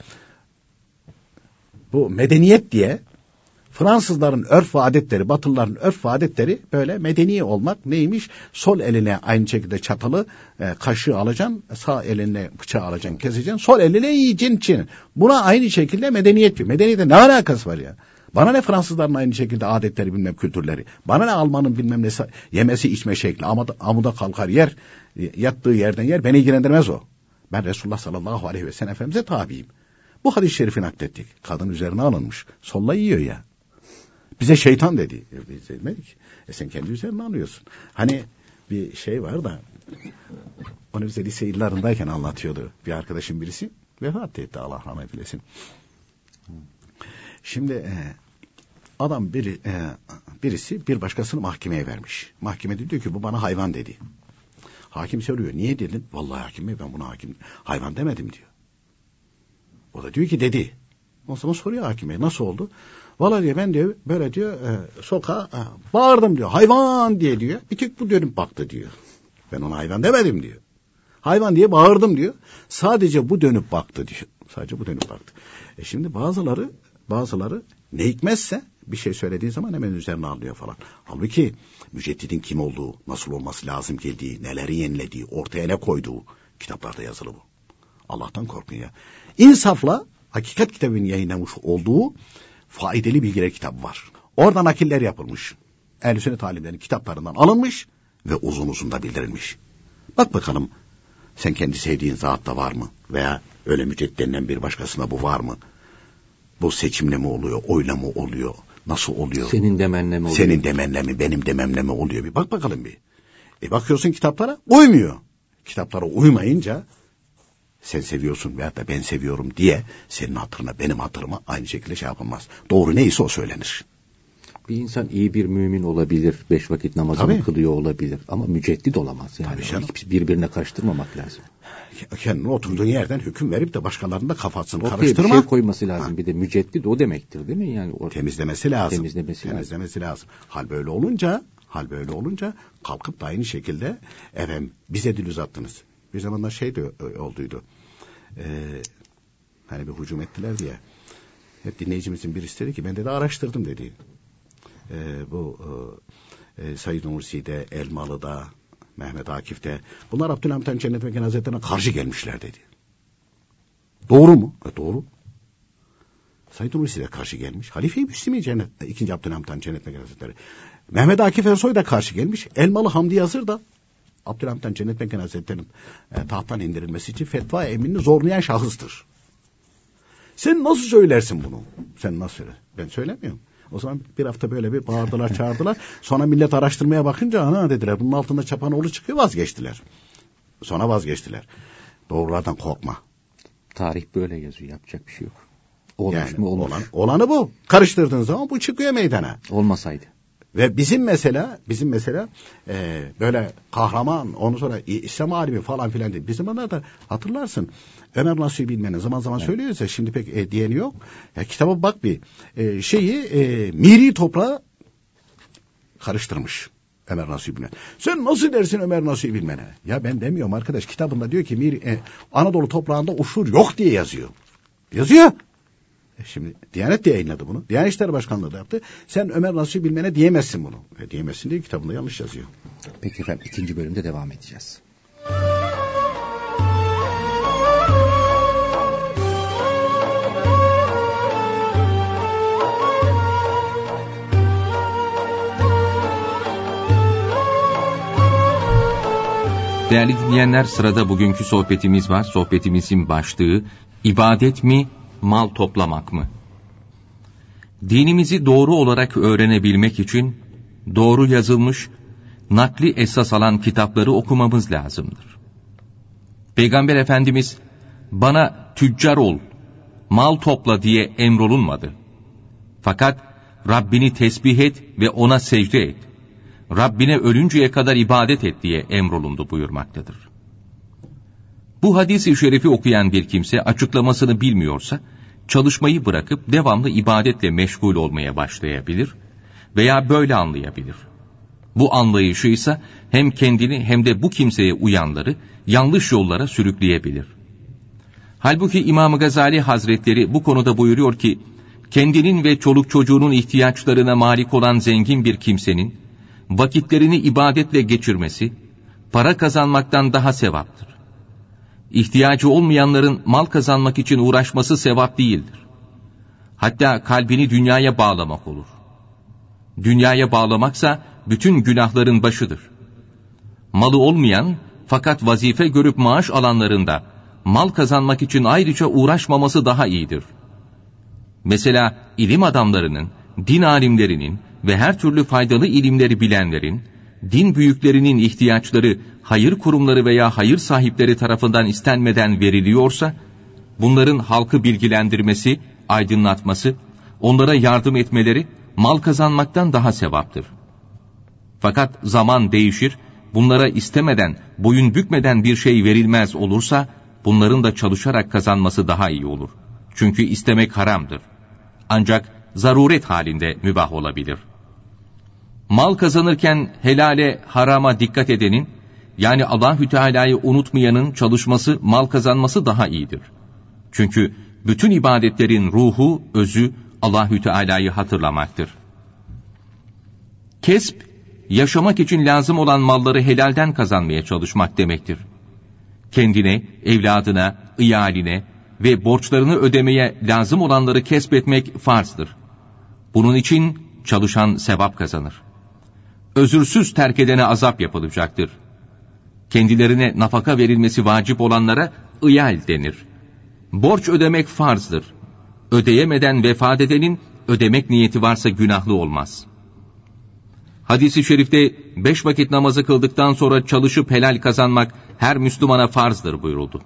Speaker 4: bu medeniyet diye Fransızların örf ve adetleri, Batılıların örf ve adetleri böyle medeni olmak neymiş? Sol eline aynı şekilde çatalı, e, kaşığı alacaksın, sağ eline bıçağı alacaksın, keseceksin, sol eline yiyeceksin için. Buna aynı şekilde medeniyet diyor. Medeniyete ne alakası var ya? Bana ne Fransızların aynı şekilde adetleri bilmem kültürleri. Bana ne Almanın bilmem ne yemesi içme şekli. Amuda, amuda kalkar yer, yattığı yerden yer. Beni ilgilendirmez o. Ben Resulullah sallallahu aleyhi ve sellem Efendimiz'e tabiyim. Bu hadis-i şerifi naklettik. Kadın üzerine alınmış. Solla yiyor ya. Bize şeytan dedi. Biz demedik. E sen kendi üzerine alıyorsun. Hani bir şey var da onu bize lise yıllarındayken anlatıyordu. Bir arkadaşım birisi vefat etti, Allah rahmet eylesin. Şimdi e, adam biri, e, birisi bir başkasını mahkemeye vermiş. Mahkemede diyor ki bu bana hayvan dedi. Hakim soruyor. Niye dedin? Vallahi hakim bey ben buna hakim hayvan demedim diyor. O da diyor ki dedi. O zaman soruyor hakim bey nasıl oldu? Vallahi diyor ben diyor böyle diyor e, sokağa e, bağırdım diyor. Hayvan diye diyor. Bir tek bu dönüp baktı diyor. Ben ona hayvan demedim diyor. Hayvan diye bağırdım diyor. Sadece bu dönüp baktı diyor. Sadece bu dönüp baktı. E şimdi bazıları bazıları ne hikmetse bir şey söylediği zaman hemen üzerine alıyor falan. Halbuki müceddidin kim olduğu, nasıl olması lazım geldiği, neleri yenilediği, ortaya ne koyduğu kitaplarda yazılı bu. Allah'tan korkun ya. İnsaf'la Hakikat kitabının yayınlamış olduğu faydalı bilgiler kitabı var. Oradan nakiller yapılmış. Ehl-i Sünnet alimlerinin kitaplarından alınmış ve uzun uzun da bildirilmiş. Bak bakalım sen kendi sevdiğin zatta var mı? Veya öyle müceddit denilen bir başkasına bu var mı? Bu seçimle mi oluyor, oyla mı oluyor, nasıl oluyor?
Speaker 2: Senin demenle mi oluyor?
Speaker 4: Senin demenle mi, benim dememle mi oluyor? Bir bak bakalım bir. E bakıyorsun kitaplara, uymuyor. Kitaplara uymayınca sen seviyorsun veyahut da ben seviyorum diye senin hatırına, benim hatırıma aynı şekilde şey yapılmaz. Doğru neyse o söylenir.
Speaker 2: Bir insan iyi bir mümin olabilir, beş vakit namazını Tabii. kılıyor olabilir ama müceddit olamaz. Yani birbirine karıştırmamak lazım.
Speaker 4: Kendine oturduğun yerden hüküm verip de başkalarının da kafasını
Speaker 2: Ortaya
Speaker 4: karıştırma.
Speaker 2: Bir şey koyması lazım. Ha. Bir de müceddit o demektir değil mi? Yani or-
Speaker 4: temizlemesi lazım.
Speaker 2: Temizlemesi,
Speaker 4: temizlemesi lazım. lazım. Hal böyle olunca, hal böyle olunca kalkıp da aynı şekilde efendim bize dil uzattınız. Bir zamanlar şey de olduydu. Ee, hani bir hücum ettiler diye. Hep dinleyicimizin birisi dedi ki ben de araştırdım dedi. Ee, bu e, Said Nursi'de, Elmalı'da, Mehmet Akif'te bunlar Abdülhamit Han Cennet Mekanı Hazretleri'ne karşı gelmişler dedi. Doğru mu? E, doğru. Said Nursi de karşı gelmiş. Halife-i Müslim Cennet, ikinci Abdülhamit Han Cennet Mekanı Hazretleri. Mehmet Akif Ersoy da karşı gelmiş. Elmalı Hamdi Yazır da Abdülhamit Han Cennet Mekanı Hazretleri'nin e, tahttan indirilmesi için fetva emrini zorlayan şahıstır. Sen nasıl söylersin bunu? Sen nasıl söyler? Ben söylemiyorum. O zaman bir hafta böyle bir bağırdılar, çağırdılar. Sonra millet araştırmaya bakınca ana dediler. Bunun altında Çapanoğlu çıkıyor, vazgeçtiler. Sonra vazgeçtiler. Doğrulardan korkma.
Speaker 2: Tarih böyle yazıyor, yapacak bir şey yok. Olmuş
Speaker 4: yani,
Speaker 2: mu olmuş.
Speaker 4: Olan, olanı bu. Karıştırdığın zaman bu çıkıyor meydana.
Speaker 2: Olmasaydı.
Speaker 4: Ve bizim mesela, bizim mesela e, böyle kahraman, ondan sonra İslam alimi falan filan değil. Bizim onlarda hatırlarsın. Ömer Nasuhi Bilmen'in zaman zaman evet. söylüyoruz ya, şimdi pek e, diyeni yok. Ya, kitaba bak bir e, şeyi e, miri toprağa karıştırmış Ömer Nasuhi Bilmen. Sen nasıl dersin Ömer Nasuhi Bilmen'e? Ya ben demiyorum arkadaş, kitabında diyor ki miri, e, Anadolu toprağında uşur yok diye yazıyor. Yazıyor. Şimdi Diyanet de yayınladı bunu. Diyanet İşleri Başkanlığı da yaptı. Sen Ömer Nasuhi Bilmen'e diyemezsin bunu. E, diyemezsin diye kitabında yanlış yazıyor.
Speaker 2: Peki efendim, ikinci bölümde devam edeceğiz.
Speaker 1: Değerli dinleyenler, sırada bugünkü sohbetimiz var. Sohbetimizin başlığı ibadet mi, mal toplamak mı? Dinimizi doğru olarak öğrenebilmek için doğru yazılmış, nakli esas alan kitapları okumamız lazımdır. Peygamber Efendimiz, bana tüccar ol, mal topla diye emrolunmadı. Fakat Rabbini tesbih et ve ona secde et. Rabbine ölünceye kadar ibadet et diye emrolundu buyurmaktadır. Bu hadis-i şerifi okuyan bir kimse açıklamasını bilmiyorsa, çalışmayı bırakıp devamlı ibadetle meşgul olmaya başlayabilir veya böyle anlayabilir. Bu anlayışı ise hem kendini hem de bu kimseye uyanları yanlış yollara sürükleyebilir. Halbuki İmam-ı Gazali Hazretleri bu konuda buyuruyor ki, kendinin ve çoluk çocuğunun ihtiyaçlarına malik olan zengin bir kimsenin, vakitlerini ibadetle geçirmesi, para kazanmaktan daha sevaptır. İhtiyacı olmayanların mal kazanmak için uğraşması sevap değildir. Hatta kalbini dünyaya bağlamak olur. Dünyaya bağlamaksa bütün günahların başıdır. Malı olmayan fakat vazife görüp maaş alanlarında mal kazanmak için ayrıca uğraşmaması daha iyidir. Mesela ilim adamlarının, din alimlerinin ve her türlü faydalı ilimleri bilenlerin, din büyüklerinin ihtiyaçları hayır kurumları veya hayır sahipleri tarafından istenmeden veriliyorsa, bunların halkı bilgilendirmesi, aydınlatması, onlara yardım etmeleri mal kazanmaktan daha sevaptır. Fakat zaman değişir, bunlara istemeden, boyun bükmeden bir şey verilmez olursa, bunların da çalışarak kazanması daha iyi olur. Çünkü istemek haramdır. Ancak zaruret halinde mübah olabilir. Mal kazanırken helale, harama dikkat edenin, yani Allahü Teala'yı unutmayanın çalışması, mal kazanması daha iyidir. Çünkü bütün ibadetlerin ruhu, özü Allahü Teala'yı hatırlamaktır. Kesp, yaşamak için lazım olan malları helalden kazanmaya çalışmak demektir. Kendine, evladına, iyaline ve borçlarını ödemeye lazım olanları kesbetmek farzdır. Bunun için çalışan sevap kazanır. Özürsüz terk edene azap yapılacaktır. Kendilerine nafaka verilmesi vacip olanlara ıyal denir. Borç ödemek farzdır. Ödeyemeden vefat edenin ödemek niyeti varsa günahlı olmaz. Hadis-i şerifte beş vakit namazı kıldıktan sonra çalışıp helal kazanmak her Müslümana farzdır buyuruldu.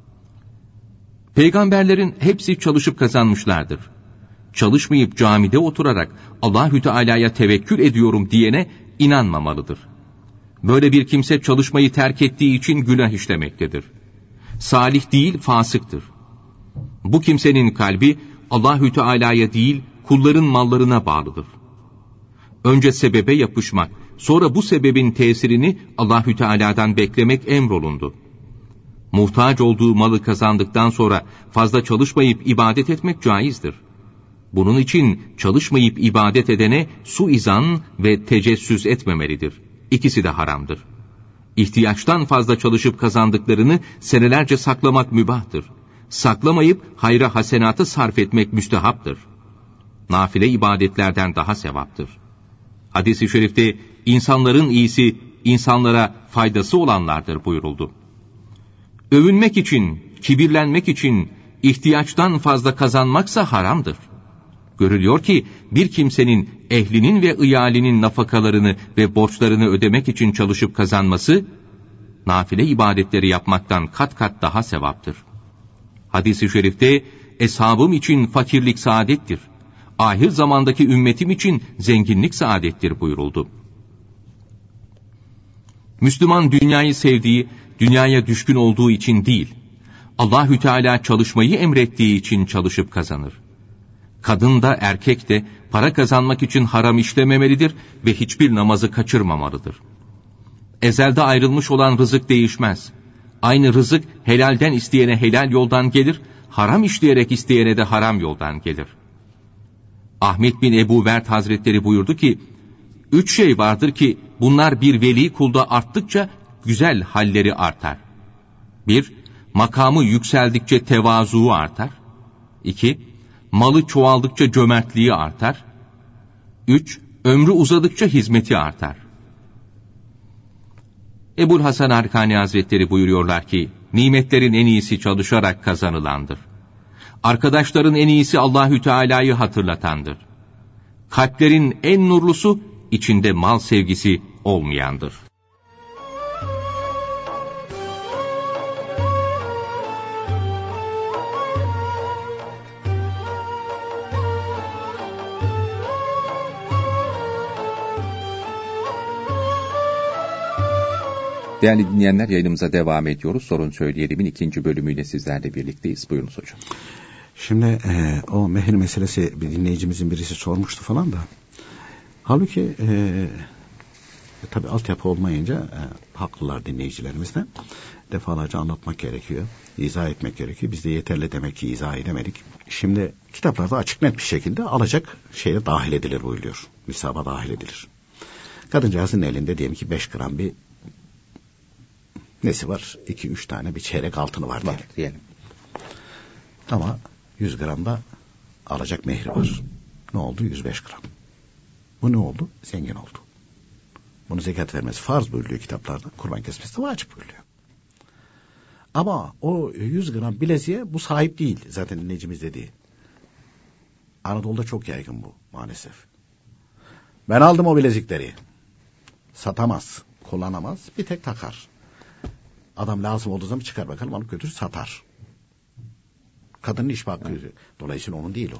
Speaker 1: Peygamberlerin hepsi çalışıp kazanmışlardır. Çalışmayıp camide oturarak Allahü Teala'ya tevekkül ediyorum diyene inanmamalıdır. Böyle bir kimse çalışmayı terk ettiği için günah işlemektedir. Salih değil, fasıktır. Bu kimsenin kalbi Allahü Teala'ya değil, kulların mallarına bağlıdır. Önce sebebe yapışmak, sonra bu sebebin tesirini Allahü Teala'dan beklemek emrolundu. Muhtaç olduğu malı kazandıktan sonra fazla çalışmayıp ibadet etmek caizdir. Bunun için çalışmayıp ibadet edene suizan ve tecessüs etmemelidir. İkisi de haramdır. İhtiyaçtan fazla çalışıp kazandıklarını senelerce saklamak mübahtır. Saklamayıp hayra hasenatı sarf etmek müstehaptır. Nafile ibadetlerden daha sevaptır. Hadis-i şerifte insanların iyisi insanlara faydası olanlardır buyuruldu. Övünmek için, kibirlenmek için ihtiyaçtan fazla kazanmaksa haramdır. Görülüyor ki bir kimsenin ehlinin ve iyalinin nafakalarını ve borçlarını ödemek için çalışıp kazanması, nafile ibadetleri yapmaktan kat kat daha sevaptır. Hadis-i şerifte, eshabım için fakirlik saadettir, ahir zamandaki ümmetim için zenginlik saadettir buyuruldu. Müslüman dünyayı sevdiği, dünyaya düşkün olduğu için değil, Allahü Teala çalışmayı emrettiği için çalışıp kazanır. Kadın da erkek de para kazanmak için haram işlememelidir ve hiçbir namazı kaçırmamalıdır. Ezelde ayrılmış olan rızık değişmez. Aynı rızık helalden isteyene helal yoldan gelir, haram işleyerek isteyene de haram yoldan gelir. Ahmet bin Ebu Vert Hazretleri buyurdu ki, üç şey vardır ki bunlar bir veli kulda arttıkça güzel halleri artar. Bir, makamı yükseldikçe tevazuğu artar. İki, malı çoğaldıkça cömertliği artar. Üç, ömrü uzadıkça hizmeti artar. Ebu'l Hasan Arkani Hazretleri buyuruyorlar ki, nimetlerin en iyisi çalışarak kazanılandır. Arkadaşların en iyisi Allahü Teala'yı hatırlatandır. Kalplerin en nurlusu içinde mal sevgisi olmayandır.
Speaker 2: Değerli dinleyenler, yayınımıza devam ediyoruz. Sorun Söyleyelim'in ikinci bölümüyle sizlerle birlikteyiz. Buyurunuz hocam.
Speaker 4: Şimdi e, o mehir meselesi bir dinleyicimizin birisi sormuştu falan da. Halbuki e, tabii altyapı olmayınca e, haklılar dinleyicilerimizden. Defalarca anlatmak gerekiyor. İzah etmek gerekiyor. Biz de yeterli demek ki izah edemedik. Şimdi kitaplarda açık net bir şekilde alacak şeye dahil edilir buyuruyor. Nisaba dahil edilir. Kadıncağızın elinde diyelim ki beş gram bir nesi var? iki üç tane bir çeyrek altını var diyelim.
Speaker 2: Var, diyelim.
Speaker 4: Ama yüz gramda alacak mehri var. Ne oldu? yüz beş gram. Bu ne oldu? Zengin oldu. Bunu zekat vermesi farz buyuruyor kitaplarda. Kurban kesmesi de vacip buyuruyor. Ama o yüz gram bileziğe bu sahip değil. Zaten dinleyicimiz dediği. Anadolu'da çok yaygın bu maalesef. Ben aldım o bilezikleri. Satamaz, kullanamaz, bir tek takar. Adam lazım olduğu zaman çıkar bakalım, alıp götürür satar. Kadının iş hakkı. Dolayısıyla onun değil o.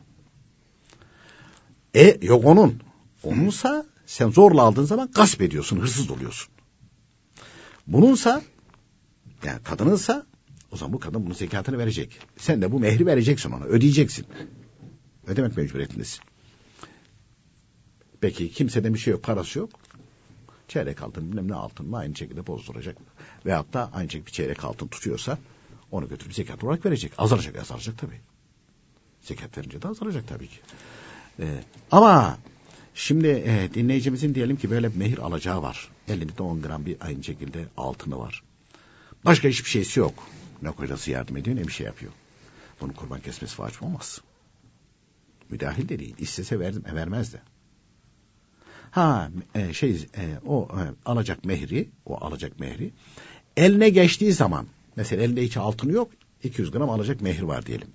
Speaker 4: E yok onun. Onunsa sen zorla aldığın zaman gasp ediyorsun, hırsız oluyorsun. Bununsa, yani kadınınsa, o zaman bu kadın bunun zekatını verecek. Sen de bu mehri vereceksin ona, ödeyeceksin. Ödemek mecburiyetindesin. Peki kimsede bir şey yok, parası yok. Çeyrek altın, bilmem ne altın mı aynı şekilde bozduracak. Veyahut da aynı şekilde bir çeyrek altın tutuyorsa onu götürüp zekat olarak verecek. Azalacak, azalacak tabii. Zekat verince de azalacak tabii ki. Ee, ama şimdi e, dinleyicimizin diyelim ki böyle bir mehir alacağı var. Elinde on gram bir aynı şekilde altını var. Başka hiçbir şeysi yok. Ne kocası yardım ediyor ne bir şey yapıyor. Bunun kurban kesmesi vacip olmaz. Müdahil de değil. İstese verdim, e, vermez de. Ha e, şey e, o e, alacak mehri, o alacak mehri eline geçtiği zaman, mesela elinde hiç altını yok, iki yüz gram alacak mehir var diyelim.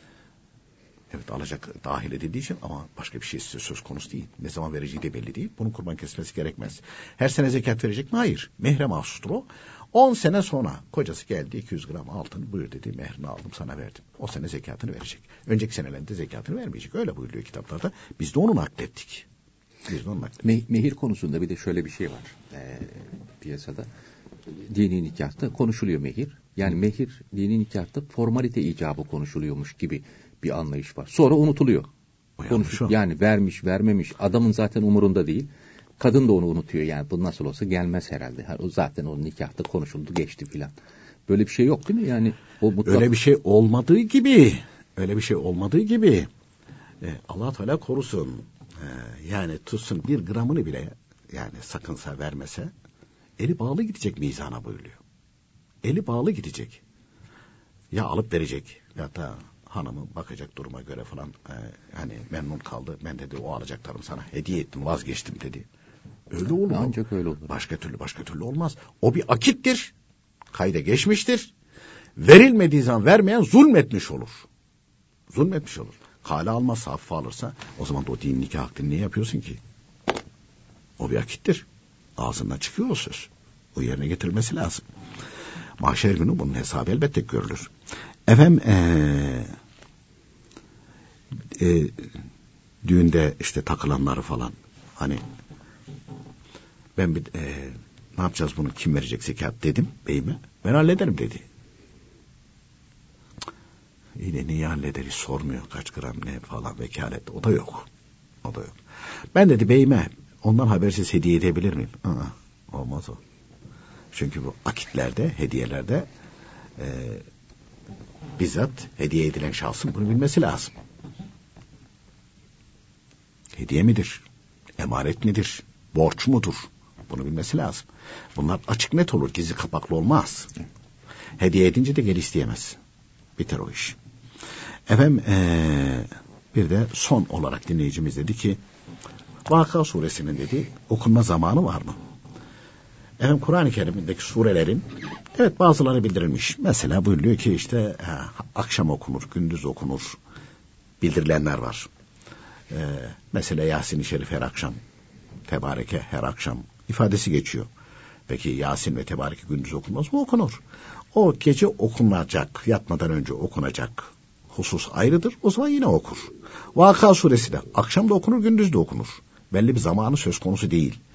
Speaker 4: Evet, alacak dahil edildiği için, ama başka bir şey söz konusu değil. Ne zaman vereceği de belli değil. Bunun kurban kesmesi gerekmez. Her sene zekat verecek mi? Hayır. Mehre mahsustur o. on sene sonra kocası geldi, iki yüz gram altın buyur dedi, mehrini aldım sana verdim. O sene zekatını verecek. Önceki senelerinde zekatını vermeyecek. Öyle buyuruyor kitaplarda. Biz de onu naklettik. Biz de onu naklettik.
Speaker 2: Me- mehir konusunda bir de şöyle bir şey var. Ee, piyasada dini nikahta konuşuluyor mehir. Yani mehir dini nikahta formalite icabı konuşuluyormuş gibi bir anlayış var. Sonra unutuluyor. Konuşup, yani vermiş vermemiş adamın zaten umurunda değil. Kadın da onu unutuyor, yani bu nasıl olsa gelmez herhalde. O zaten o nikahta konuşuldu geçti filan. Böyle bir şey yok değil mi? Yani o mutlak...
Speaker 4: Öyle bir şey olmadığı gibi, öyle bir şey olmadığı gibi e, Allah Teala korusun. E, yani tutsun bir gramını bile, yani sakınsa vermese, eli bağlı gidecek mizana buyuruyor. Eli bağlı gidecek. Ya alıp verecek ya da hanımı bakacak duruma göre falan, e, hani memnun kaldı. Ben dedi o alacaklarım sana hediye ettim, vazgeçtim dedi. Öyle olur mu?
Speaker 2: Ancak öyle olur.
Speaker 4: Başka türlü başka türlü olmaz. O bir akittir. Kayda geçmiştir. Verilmediği zaman vermeyen zulmetmiş olur. Zulmetmiş olur. Kale almazsa, hafife alırsa, o zaman da o din nikah hakkını niye yapıyorsun ki? O bir akittir. Ağzından çıkıyor o söz. O yerine getirilmesi lazım. Mahşer günü bunun hesabı elbette görülür. Efendim ee, e, düğünde işte takılanları falan, hani ben bir e, ne yapacağız bunu, kim verecek zekat dedim beyime. Ben hallederim dedi. Yine niye hallederiz sormuyor, kaç gram ne falan, vekalet o da yok. O da yok. Ben dedi beyime ondan habersiz hediye edebilir miyim? Aa, olmaz o. Çünkü bu akitlerde, hediyelerde e, bizzat hediye edilen şahsın bunu bilmesi lazım. Hediye midir? Emanet midir? Borç mudur? Bunu bilmesi lazım. Bunlar açık net olur, gizli kapaklı olmaz. Hediye edince de geri isteyemez. Biter o iş. Efendim ee, bir de son olarak dinleyicimiz dedi ki, Vaka suresinin dedi okunma zamanı var mı? Efendim Kur'an-ı Kerim'deki surelerin evet bazıları bildirilmiş. Mesela buyuruyor ki işte ha, akşam okunur, gündüz okunur, bildirilenler var. Ee, mesela Yasin-i Şerif her akşam, Tebareke her akşam ifadesi geçiyor. Peki Yasin ve Tebareke gündüz okunmaz mı? Okunur. O gece okunacak, yatmadan önce okunacak husus ayrıdır. O zaman yine okur. Vaka suresi de akşam da okunur, gündüz de okunur. Belli bir zamanı söz konusu değil.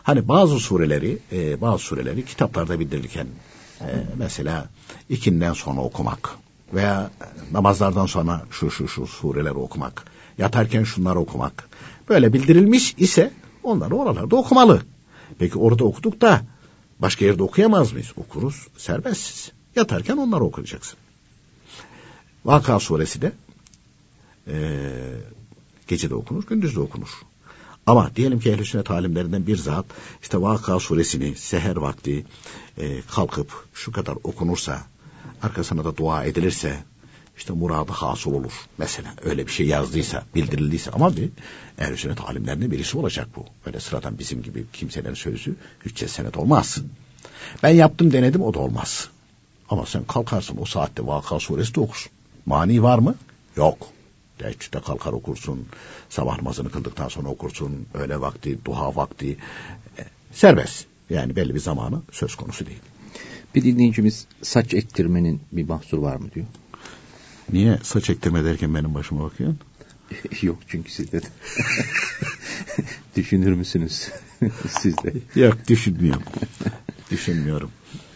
Speaker 4: Hani bazı sureleri, e, bazı sureleri kitaplarda bildirilirken e, mesela ikinden sonra okumak veya namazlardan sonra şu şu şu sureleri okumak, yatarken şunları okumak böyle bildirilmiş ise onları oralarda okumalı. Peki orada okuduk da başka yerde okuyamaz mıyız? Okuruz, serbestsiz. Yatarken onları okuyacaksın. Vakıa suresi de e, gece de okunur, gündüz de okunur. Ama diyelim ki ehl-i sünnet alimlerinden bir zat işte Vakıa suresini seher vakti e, kalkıp şu kadar okunursa, arkasına da dua edilirse işte muradı hasıl olur. Mesela öyle bir şey yazdıysa, bildirildiyse, ama bir ehl-i sünnet alimlerinden birisi olacak bu. Öyle sıradan bizim gibi kimselerin sözü hüccet senet olmaz. Ben yaptım denedim, o da olmaz. Ama sen kalkarsın o saatte Vakıa suresi de okursun. Mani var mı? Yok. Teheccüde kalkar okursun, sabah namazını kıldıktan sonra okursun, öğle vakti, duha vakti, e, serbest. Yani belli bir zamanı söz konusu değil.
Speaker 2: Bir dinleyicimiz saç ektirmenin bir mahsur var mı diyor.
Speaker 4: Niye saç ektirme derken benim başıma bakıyorsun?
Speaker 2: Yok, çünkü siz de düşünür müsünüz siz de?
Speaker 4: Yok, düşünmüyorum. Düşünmüyorum.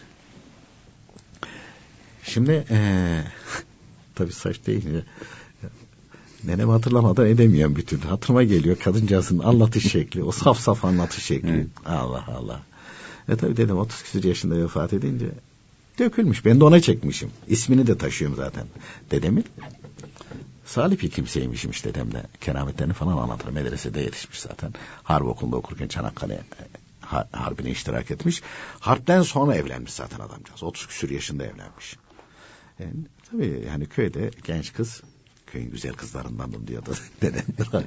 Speaker 4: Şimdi ee, tabii saç deyince nenemi hatırlamadan edemiyorum bir türlü. Hatırıma geliyor kadıncağızın anlatış şekli, o saf saf anlatış şekli. Evet. Allah Allah. E tabii dedim otuz küsur yaşında vefat edince dökülmüş. Ben de ona çekmişim. İsmini de taşıyorum zaten. Dedemin salih bir kimseymişim işte, dedemle. Kerametlerini falan anlatır. Medresede yetişmiş zaten. Harp okulunda okurken Çanakkale Harbi'ne iştirak etmiş. Harpten sonra evlenmiş zaten adamcağız. otuz küsur yaşında evlenmiş. Yani, tabii yani köyde genç kız, köyün güzel kızlarındandım diyordu dedem.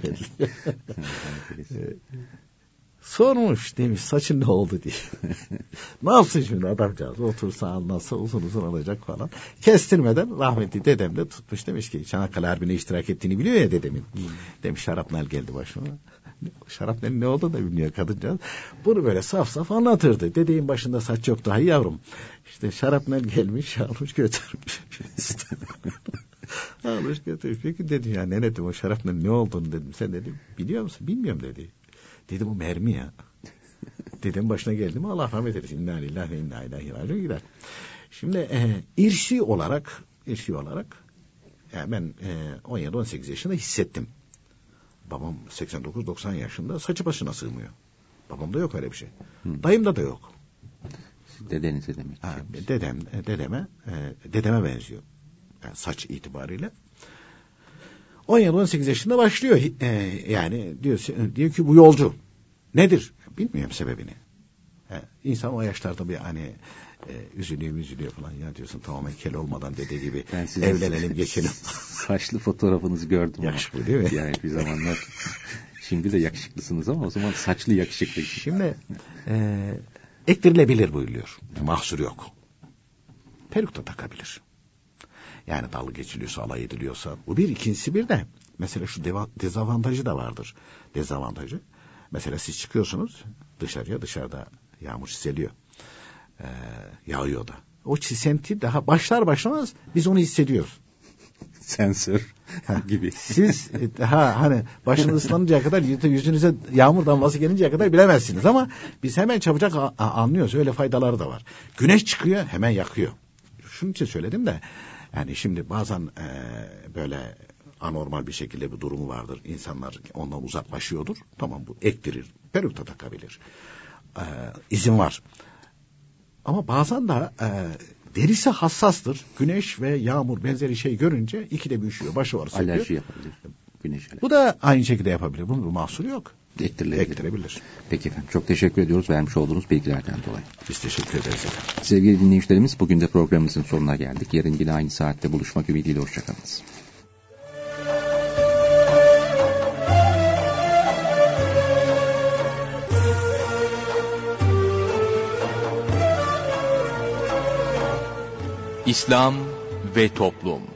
Speaker 4: Sormuş, demiş saçın ne oldu diye. Ne yapsın şimdi adamcağız, otursa anlatsa uzun uzun olacak falan. Kestirmeden rahmetli dedem de tutmuş, demiş ki Çanakkale Harbi'ne iştirak ettiğini biliyor ya dedemin. Hmm. Demiş şarapnel geldi başıma. Şarapnelin ne olduğunu da bilmiyor kadıncağız. Bunu böyle saf saf anlatırdı. Dedeğin başında saç yok daha yavrum. İşte şarapnel gelmiş, almış götürmüş. almış götürmüş. Peki dedim ya ne dedim, o şarapnel ne olduğunu dedim. Sen dedim biliyor musun? Bilmiyorum dedi. Dedim o mermi ya. Dedem başına geldi mi Allah rahmet eylesin. İnna lillahi ve inna ileyhi raciun gider. Şimdi e, irsi olarak irsi olarak yani ben e, on yedi on sekiz yaşında hissettim. Babam seksen dokuz doksan yaşında, saçı başına sığmıyor. Babamda yok öyle bir şey. Hı. Dayımda da yok.
Speaker 2: Dedenize demek.
Speaker 4: Ha, dedem, dedeme, e, dedeme benziyor. Yani saç itibariyle. on yedi on sekiz yaşında başlıyor. E, yani diyor, diyor ki bu yolcu. Nedir? Bilmiyorum sebebini. E, insan o yaşlarda bir hani e, üzülüyor üzülüyor falan. Ya diyorsun tamamen kel olmadan dediği gibi evlenelim geçelim.
Speaker 2: Saçlı fotoğrafınızı gördüm.
Speaker 4: Yakışıklı ama. Değil mi?
Speaker 2: Yani bir zamanlar şimdi de yakışıklısınız ama o zaman saçlı yakışıklı.
Speaker 4: Şimdi e, ektirilebilir buyuruyor. Mahsur yok. Peruk da takabilir. Yani dalga geçiliyorsa, alay ediliyorsa. Bu bir. İkincisi bir de mesela şu deva, dezavantajı da vardır. Dezavantajı. Mesela siz çıkıyorsunuz dışarıya, dışarıda yağmur çiseliyor. Ee, yağıyor da. O çisenti daha başlar başlamaz biz onu hissediyoruz.
Speaker 2: Sensör gibi.
Speaker 4: Siz daha hani başınız ıslanıncaya kadar yüzünüze yağmur damlası gelinceye kadar bilemezsiniz ama biz hemen çabucak anlıyoruz. Öyle faydaları da var. Güneş çıkıyor hemen yakıyor. Şunun için söyledim de yani şimdi bazen e, böyle anormal bir şekilde bir durumu vardır. İnsanlar ondan uzaklaşıyordur. Tamam bu ektirir. Peruk da takabilir. Ee, izin var. Ama bazen de e, derisi hassastır. Güneş ve yağmur benzeri şey görünce ikide bir üşüyor. Başı var sıkıyor.
Speaker 2: Alerji yapabilir. Güneş alerji.
Speaker 4: Bu da aynı şekilde yapabilir. Bunun bir mahsuru yok.
Speaker 2: Ektirilebilir.
Speaker 4: Ektirebilir.
Speaker 2: Peki efendim. Çok teşekkür ediyoruz vermiş olduğunuz bilgilerden dolayı.
Speaker 4: Biz teşekkür ederiz efendim.
Speaker 2: Sevgili dinleyicilerimiz, bugün de programımızın sonuna geldik. Yarın yine aynı saatte buluşmak ümidiyle hoşçakalınız.
Speaker 1: İslam ve Toplum.